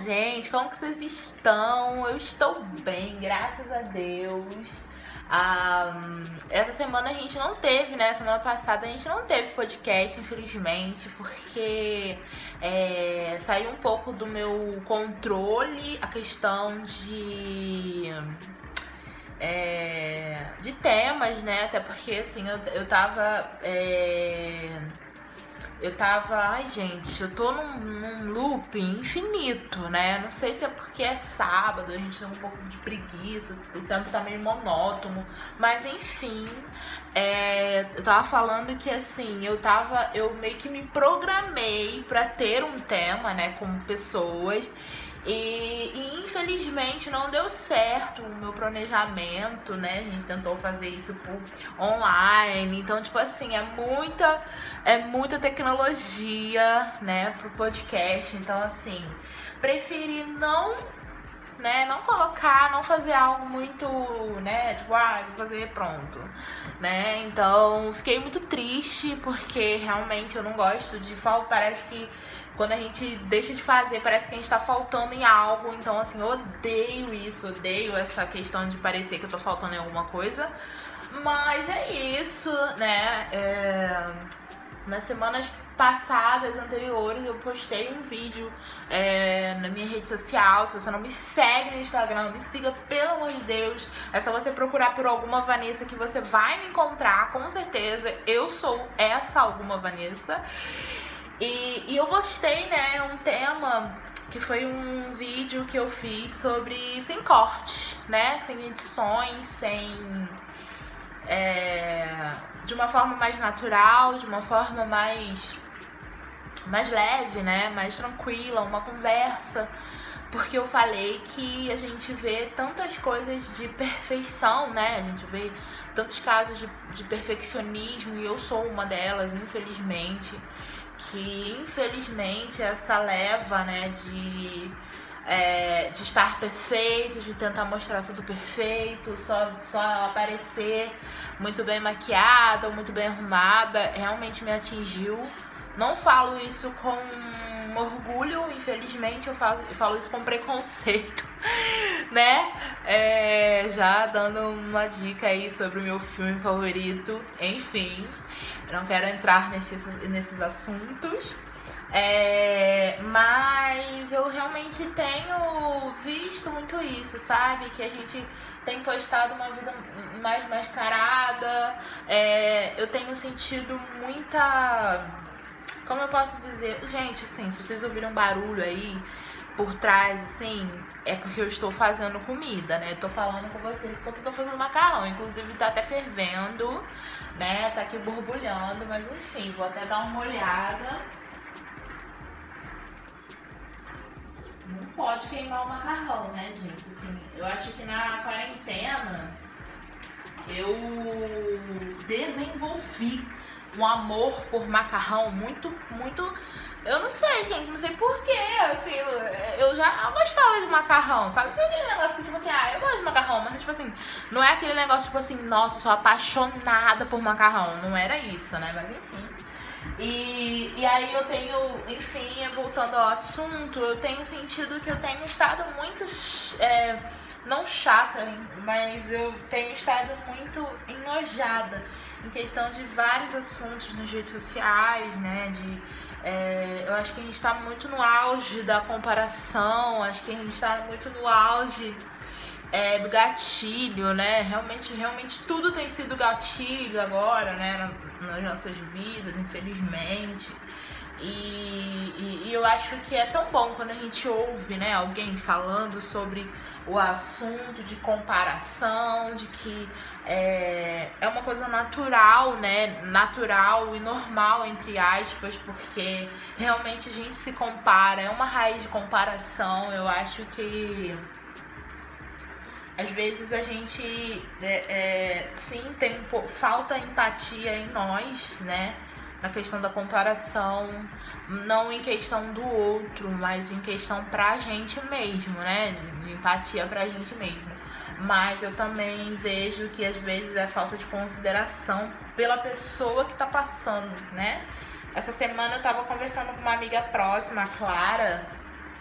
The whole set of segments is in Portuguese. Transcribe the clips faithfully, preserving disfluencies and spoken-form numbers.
gente, como que vocês estão? Eu estou bem, graças a Deus. Ah, essa semana a gente não teve, né? Semana passada a gente não teve podcast, infelizmente, porque é, saiu um pouco do meu controle a questão de... É, de temas, né? Até porque, assim, eu, eu tava... É, eu tava... Ai, gente, eu tô num, num loop infinito, né? Não sei se é porque é sábado, a gente tem um pouco de preguiça, o tempo tá meio monótono. Mas, enfim, é, eu tava falando que, assim, eu tava... Eu meio que me programei pra ter um tema, né? Com pessoas... E, e infelizmente não deu certo o meu planejamento, né? A gente tentou fazer isso por online. Então, tipo assim, é muita, é muita tecnologia, né, pro podcast. Então, assim, preferi não, né, não colocar, não fazer algo muito, né, tipo, ah, vou fazer pronto, né? Então, fiquei muito triste porque realmente eu não gosto de falar, parece que quando a gente deixa de fazer, parece que a gente tá faltando em algo. Então, assim, eu odeio isso, odeio essa questão de parecer que eu tô faltando em alguma coisa. Mas é isso, né? É... Nas semanas passadas, anteriores, eu postei um vídeo é, na minha rede social. Se você não me segue no Instagram, me siga, pelo amor de Deus. É só você procurar por alguma Vanessa que você vai me encontrar, com certeza. Eu sou essa alguma Vanessa. E, e eu gostei, né, um tema que foi um vídeo que eu fiz sobre sem cortes, né, sem edições, sem... É, de uma forma mais natural, de uma forma mais, mais leve, né, mais tranquila, uma conversa. Porque eu falei que a gente vê tantas coisas de perfeição, né, a gente vê tantos casos de, de perfeccionismo, e eu sou uma delas, infelizmente. Que infelizmente essa leva, né, de, é, de estar perfeito, de tentar mostrar tudo perfeito, só, só aparecer muito bem maquiada ou muito bem arrumada, realmente me atingiu. Não falo isso com orgulho, infelizmente, eu falo, eu falo isso com preconceito, né? É, já dando uma dica aí sobre o meu filme favorito, enfim. Eu não quero entrar nesses, nesses assuntos, é, mas eu realmente tenho visto muito isso, sabe? Que a gente tem postado uma vida mais mascarada, é, eu tenho sentido muita... Como eu posso dizer? Gente, assim, se vocês ouviram barulho aí por trás, assim, é porque eu estou fazendo comida, né? Eu tô falando com vocês enquanto eu tô fazendo macarrão. Inclusive tá até fervendo, né? Tá aqui borbulhando, mas enfim, vou até dar uma olhada. Não pode queimar o macarrão, né, gente? Assim, eu acho que na quarentena eu desenvolvi um amor por macarrão muito, muito... Eu não sei, gente, não sei porquê, assim, eu já gostava de macarrão, sabe? Sabe aquele negócio que, tipo assim, ah, eu gosto de macarrão, mas, tipo assim, não é aquele negócio, tipo assim, nossa, eu sou apaixonada por macarrão, não era isso, né? Mas, enfim. E, e aí eu tenho, enfim, voltando ao assunto, eu tenho sentido que eu tenho estado muito, é, não chata, mas eu tenho estado muito enojada em questão de vários assuntos nas redes sociais, né, de... É, eu acho que a gente tá muito no auge da comparação, acho que a gente tá muito no auge é, do gatilho, né? Realmente, realmente tudo tem sido gatilho agora, né? Nas nossas vidas, infelizmente. E, e, e eu acho que é tão bom quando a gente ouve, né, alguém falando sobre o assunto de comparação, de que é, é uma coisa natural, né, natural e normal, entre aspas, porque realmente a gente se compara, é uma raiz de comparação. Eu acho que às vezes a gente é, é, sim, tem falta empatia em nós, né? Na questão da comparação, não em questão do outro, mas em questão pra gente mesmo, né? De empatia pra gente mesmo. Mas eu também vejo que às vezes é falta de consideração pela pessoa que tá passando, né? Essa semana eu tava conversando com uma amiga próxima, a Clara,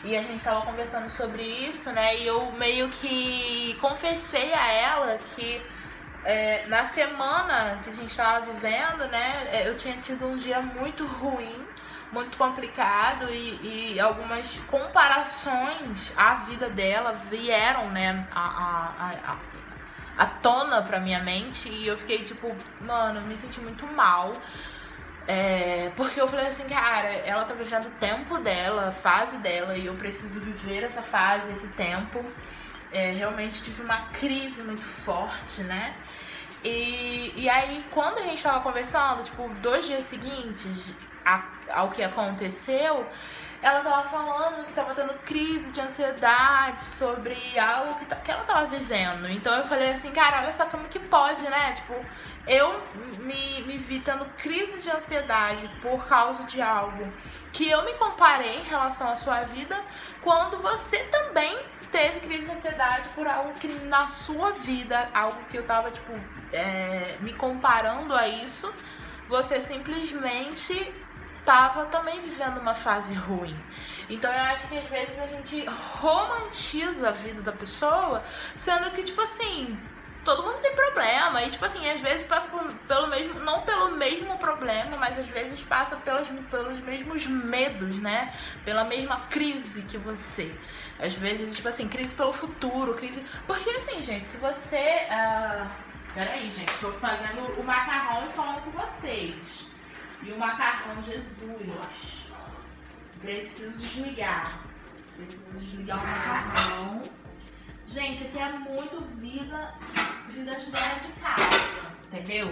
E a gente tava conversando sobre isso, né? E eu meio que confessei a ela que é, na semana que a gente tava vivendo, né? Eu tinha tido um dia muito ruim, muito complicado, e, e algumas comparações à vida dela vieram, né, a, a, a, a tona pra minha mente, e eu fiquei tipo, mano, eu me senti muito mal. É, porque eu falei assim, cara, ela tá vivendo o tempo dela, a fase dela, e eu preciso viver essa fase, esse tempo. É, realmente tive uma crise muito forte, né? E, e aí, quando a gente tava conversando, tipo, dois dias seguintes a, ao que aconteceu, ela tava falando que tava tendo crise de ansiedade sobre algo que, que ela tava vivendo. Então eu falei assim, cara, olha só como que pode, né? Tipo, eu me, me vi tendo crise de ansiedade por causa de algo que eu me comparei em relação à sua vida, quando você também teve crise de ansiedade por algo que na sua vida, algo que eu tava, tipo, é, me comparando a isso, você simplesmente tava também vivendo uma fase ruim. Então eu acho que às vezes a gente romantiza a vida da pessoa, sendo que, tipo assim, todo mundo tem problema. E, tipo assim, às vezes passa por, pelo mesmo, não pelo mesmo problema, mas às vezes passa pelos, pelos mesmos medos, né? Pela mesma crise que você. Às vezes, tipo assim, crise pelo futuro, crise... Porque, assim, gente, se você... Uh... Peraí, gente, tô fazendo o macarrão e falando com vocês. E o macarrão, Jesus. Preciso desligar. Preciso desligar o macarrão. Gente, aqui é muito vida, vida de dona de casa, entendeu?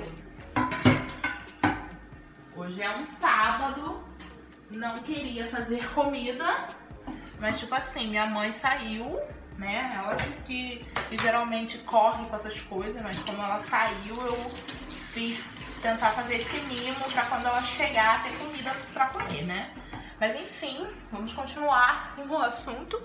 Hoje é um sábado, não queria fazer comida, mas tipo assim, minha mãe saiu, né? Ela que, que geralmente corre com essas coisas, mas como ela saiu, eu fiz tentar fazer esse mimo pra quando ela chegar ter comida pra comer, né? Mas enfim, vamos continuar no assunto.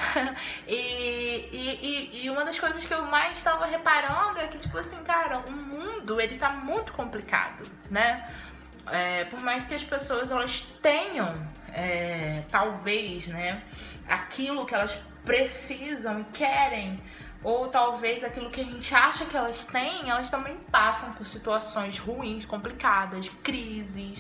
e, e, e uma das coisas que eu mais estava reparando é que, tipo assim, cara, o mundo, ele tá muito complicado, né? É, por mais que as pessoas, elas tenham, é, talvez, né, aquilo que elas precisam e querem, ou talvez aquilo que a gente acha que elas têm, elas também passam por situações ruins, complicadas, crises.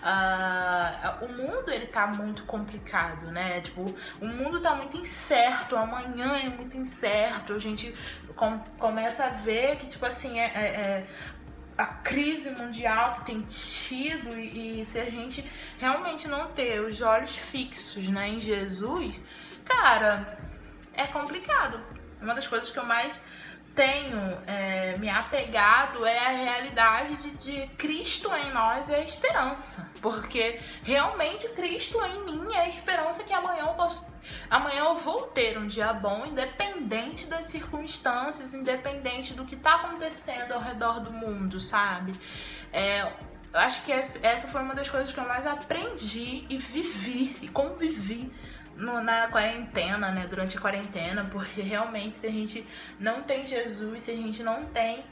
Uh, o mundo, ele tá muito complicado, né? Tipo, o mundo tá muito incerto, amanhã é muito incerto. A gente com, começa a ver que, tipo assim, é, é, é a crise mundial que tem tido, e, e se a gente realmente não ter os olhos fixos, né, em Jesus, cara, é complicado. Uma das coisas que eu mais tenho é, me apegado é a realidade de, de Cristo em nós é a esperança. Porque realmente Cristo em mim é a esperança que amanhã eu, posso, amanhã eu vou ter um dia bom, independente das circunstâncias, independente do que está acontecendo ao redor do mundo, sabe? É, eu acho que essa foi uma das coisas que eu mais aprendi e vivi e convivi No, na quarentena, né, durante a quarentena, porque realmente se a gente não tem Jesus, se a gente não tem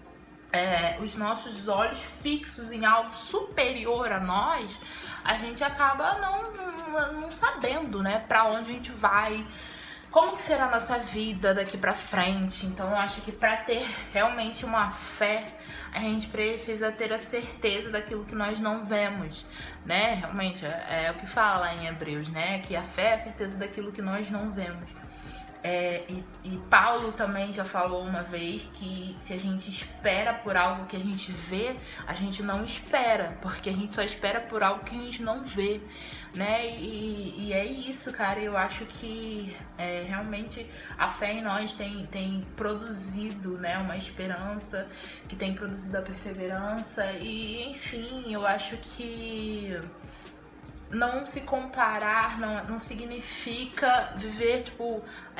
é, os nossos olhos fixos em algo superior a nós, a gente acaba não, não, não sabendo, né, pra onde a gente vai, como que será a nossa vida daqui pra frente. Então eu acho que pra ter realmente uma fé, a gente precisa ter a certeza daquilo que nós não vemos, né? Realmente, é, é o que fala em Hebreus, né? Que a fé é a certeza daquilo que nós não vemos. É, e, e Paulo também já falou uma vez que se a gente espera por algo que a gente vê, a gente não espera, porque a gente só espera por algo que a gente não vê, né? E, e é isso, cara. Eu acho que é, realmente a fé em nós tem, tem produzido, né, uma esperança, que tem produzido a perseverança, e enfim, eu acho que não se comparar não, não significa viver, tipo,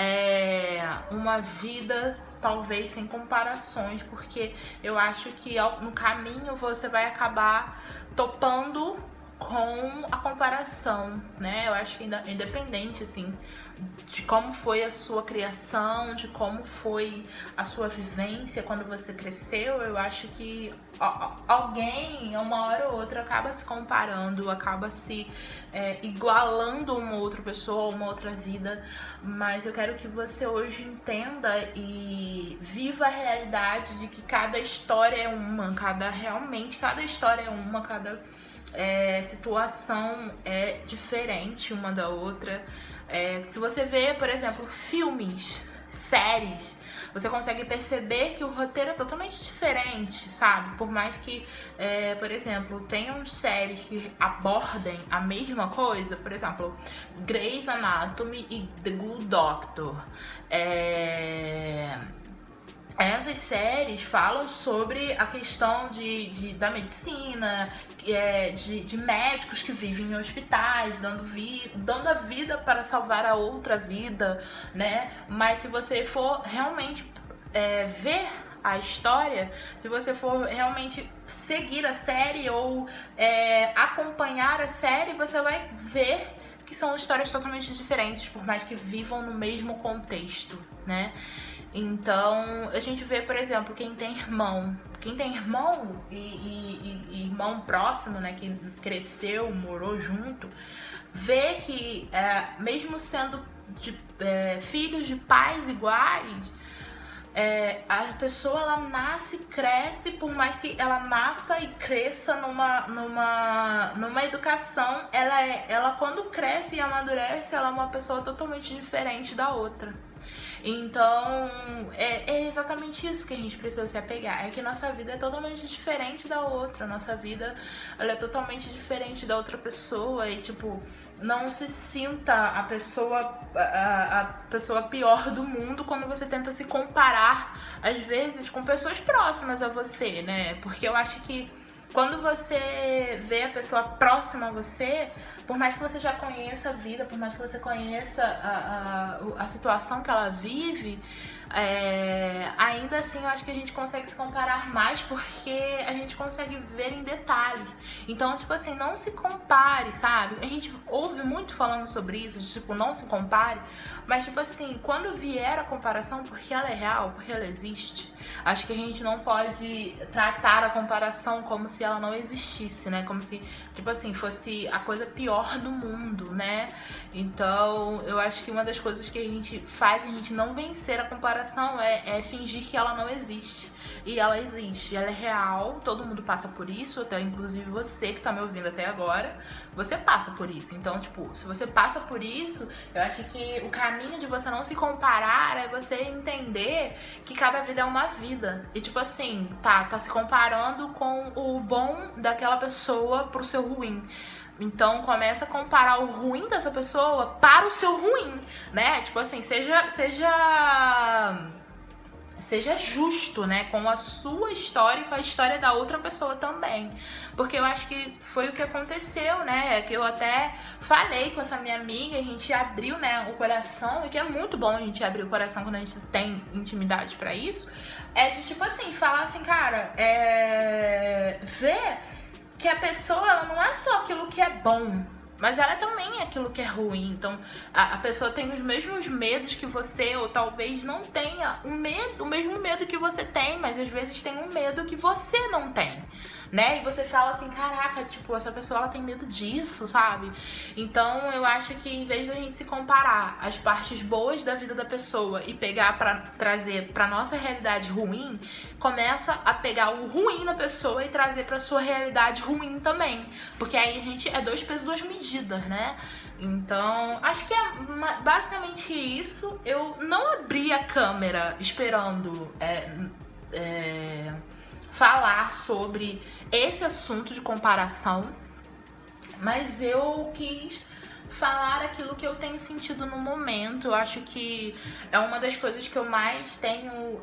é, uma vida talvez sem comparações, porque eu acho que no caminho você vai acabar topando com a comparação, né? Eu acho que independente, assim, de como foi a sua criação, de como foi a sua vivência quando você cresceu, eu acho que alguém, uma hora ou outra, acaba se comparando, acaba se é, igualando uma outra pessoa, uma outra vida. Mas eu quero que você hoje entenda e viva a realidade de que cada história é uma, cada realmente, cada história é uma, cada é, situação é diferente uma da outra. É, se você vê, por exemplo, filmes, séries, você consegue perceber que o roteiro é totalmente diferente, sabe? Por mais que, é, por exemplo, tenham séries que abordem a mesma coisa, por exemplo, Grey's Anatomy e The Good Doctor. É... Essas séries falam sobre a questão de, de, da medicina, é, de, de médicos que vivem em hospitais, dando, vi, dando a vida para salvar a outra vida, né? Mas se você for realmente é, ver a história, se você for realmente seguir a série ou é, acompanhar a série, você vai ver que são histórias totalmente diferentes, por mais que vivam no mesmo contexto, né? Então, a gente vê, por exemplo, quem tem irmão. Quem tem irmão e, e, e irmão próximo, né, que cresceu, morou junto, vê que, é, mesmo sendo de, é, filhos de pais iguais, é, a pessoa, ela nasce, cresce, por mais que ela nasça e cresça numa, numa, numa educação, ela, é, ela quando cresce e amadurece, ela é uma pessoa totalmente diferente da outra. Então, é, é exatamente isso que a gente precisa se apegar. É que nossa vida é totalmente diferente da outra. Nossa vida, ela é totalmente diferente da outra pessoa. E, tipo, não se sinta a pessoa, a, a pessoa pior do mundo quando você tenta se comparar, às vezes, com pessoas próximas a você, né? Porque eu acho que quando você vê a pessoa próxima a você, por mais que você já conheça a vida, por mais que você conheça a, a, a situação que ela vive, é, ainda assim eu acho que a gente consegue se comparar mais porque a gente consegue ver em detalhes. Então, tipo assim, não se compare, sabe? A gente ouve muito falando sobre isso, de, tipo, não se compare, mas, tipo assim, quando vier a comparação, porque ela é real, porque ela existe, acho que a gente não pode tratar a comparação como se ela não existisse, né? Como se, tipo assim, fosse a coisa pior do mundo, né? Então, eu acho que uma das coisas que a gente faz a gente não vencer a comparação é, é fingir que ela não existe. E ela existe, ela é real, todo mundo passa por isso, até inclusive você que tá me ouvindo até agora, você passa por isso. Então, tipo, se você passa por isso, eu acho que o caminho de você não se comparar é você entender que cada vida é uma vida. E, tipo assim, tá, tá se comparando com o bom daquela pessoa pro seu ruim. Então começa a comparar o ruim dessa pessoa para o seu ruim, né? Tipo assim, seja seja seja justo, né, com a sua história e com a história da outra pessoa também. Porque eu acho que foi o que aconteceu, né? Que eu até falei com essa minha amiga, a gente abriu, né, o coração, e que é muito bom a gente abrir o coração quando a gente tem intimidade pra isso. É de tipo assim, falar assim, cara, é... ver que a pessoa, ela não é só aquilo que é bom, mas ela também é aquilo que é ruim. Então, a, a pessoa tem os mesmos medos que você, ou talvez não tenha o, medo, o mesmo medo que você tem, mas às vezes tem um medo que você não tem, né? E você fala assim, caraca, tipo, essa pessoa, ela tem medo disso, sabe? Então, eu acho que em vez da gente se comparar as partes boas da vida da pessoa e pegar pra trazer pra nossa realidade ruim, começa a pegar o ruim da pessoa e trazer pra sua realidade ruim também. Porque aí a gente é dois pesos, duas medidas, né? Então, acho que é basicamente isso. Eu não abri a câmera esperando é, é, falar sobre esse assunto de comparação, mas eu quis falar aquilo que eu tenho sentido no momento. Eu acho que é uma das coisas que eu mais tenho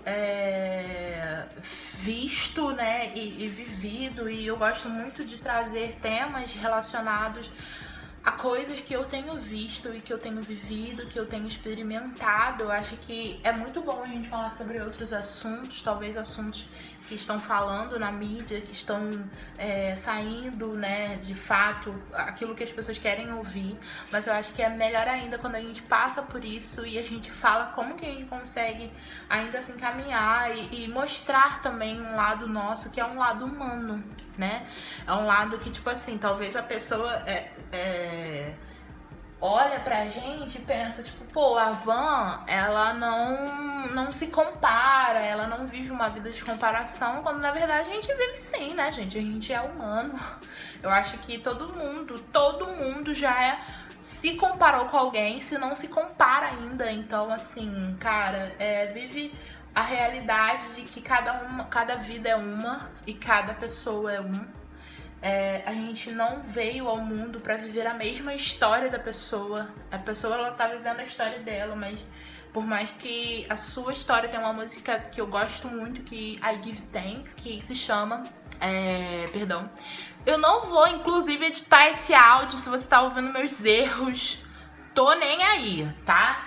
é, visto, né, e, e vivido, e eu gosto muito de trazer temas relacionados a coisas que eu tenho visto e que eu tenho vivido, que eu tenho experimentado. Eu acho que é muito bom a gente falar sobre outros assuntos, talvez assuntos que estão falando na mídia, que estão é, saindo, né, de fato, aquilo que as pessoas querem ouvir. Mas eu acho que é melhor ainda quando a gente passa por isso e a gente fala como que a gente consegue ainda assim caminhar e, e mostrar também um lado nosso, que é um lado humano, né? É um lado que, tipo assim, talvez a pessoa é, é, olha pra gente e pensa, tipo, pô, a Van, ela não, não se compara, ela não vive uma vida de comparação, quando na verdade a gente vive sim, né, gente? A gente é humano. Eu acho que todo mundo, todo mundo já é, se comparou com alguém, se não se compara ainda. Então, assim, cara, é, vive a realidade de que cada, uma, cada vida é uma e cada pessoa é um. É, a gente não veio ao mundo pra viver a mesma história da pessoa. A pessoa, ela tá vivendo a história dela, mas por mais que a sua história, tem uma música que eu gosto muito, que I Give Thanks, que se chama... É, perdão. Eu não vou, inclusive, editar esse áudio se você tá ouvindo meus erros. Tô nem aí, tá?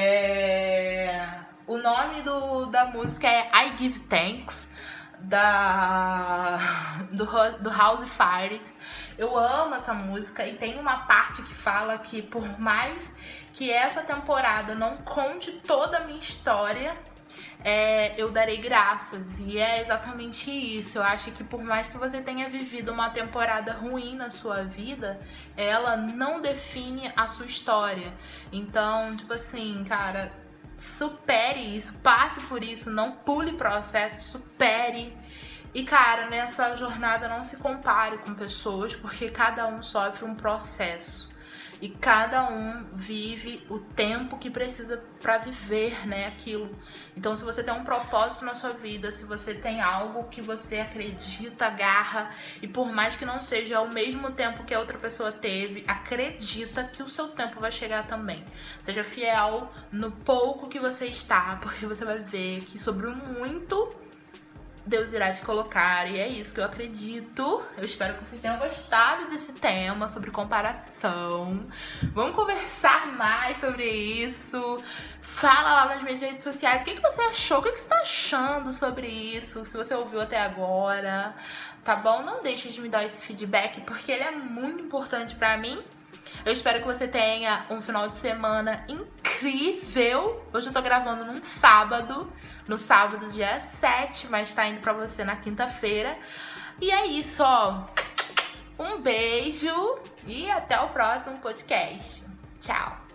É... O nome do, da música é I Give Thanks, da, do, do House Fires. Eu amo essa música e tem uma parte que fala que por mais que essa temporada não conte toda a minha história, é, eu darei graças. E é exatamente isso. Eu acho que por mais que você tenha vivido uma temporada ruim na sua vida, ela não define a sua história. Então, tipo assim, cara, supere isso, passe por isso, não pule processo, supere. E, cara, nessa jornada não se compare com pessoas, porque cada um sofre um processo. E cada um vive o tempo que precisa pra viver, né, aquilo. Então, se você tem um propósito na sua vida, se você tem algo que você acredita, agarra, e por mais que não seja ao mesmo tempo que a outra pessoa teve, acredita que o seu tempo vai chegar também. Seja fiel no pouco que você está, porque você vai ver que sobre o muito Deus irá te colocar, e é isso que eu acredito. Eu espero que vocês tenham gostado desse tema sobre comparação. Vamos conversar mais sobre isso. Fala lá nas minhas redes sociais o que, que você achou, o que, que você tá achando sobre isso, se você ouviu até agora, tá bom? Não deixe de me dar esse feedback, porque ele é muito importante pra mim. Eu espero que você tenha um final de semana incrível. Hoje eu tô gravando num sábado, no sábado dia sete, mas tá indo pra você na quinta-feira. E é isso, ó. Um beijo e até o próximo podcast. Tchau!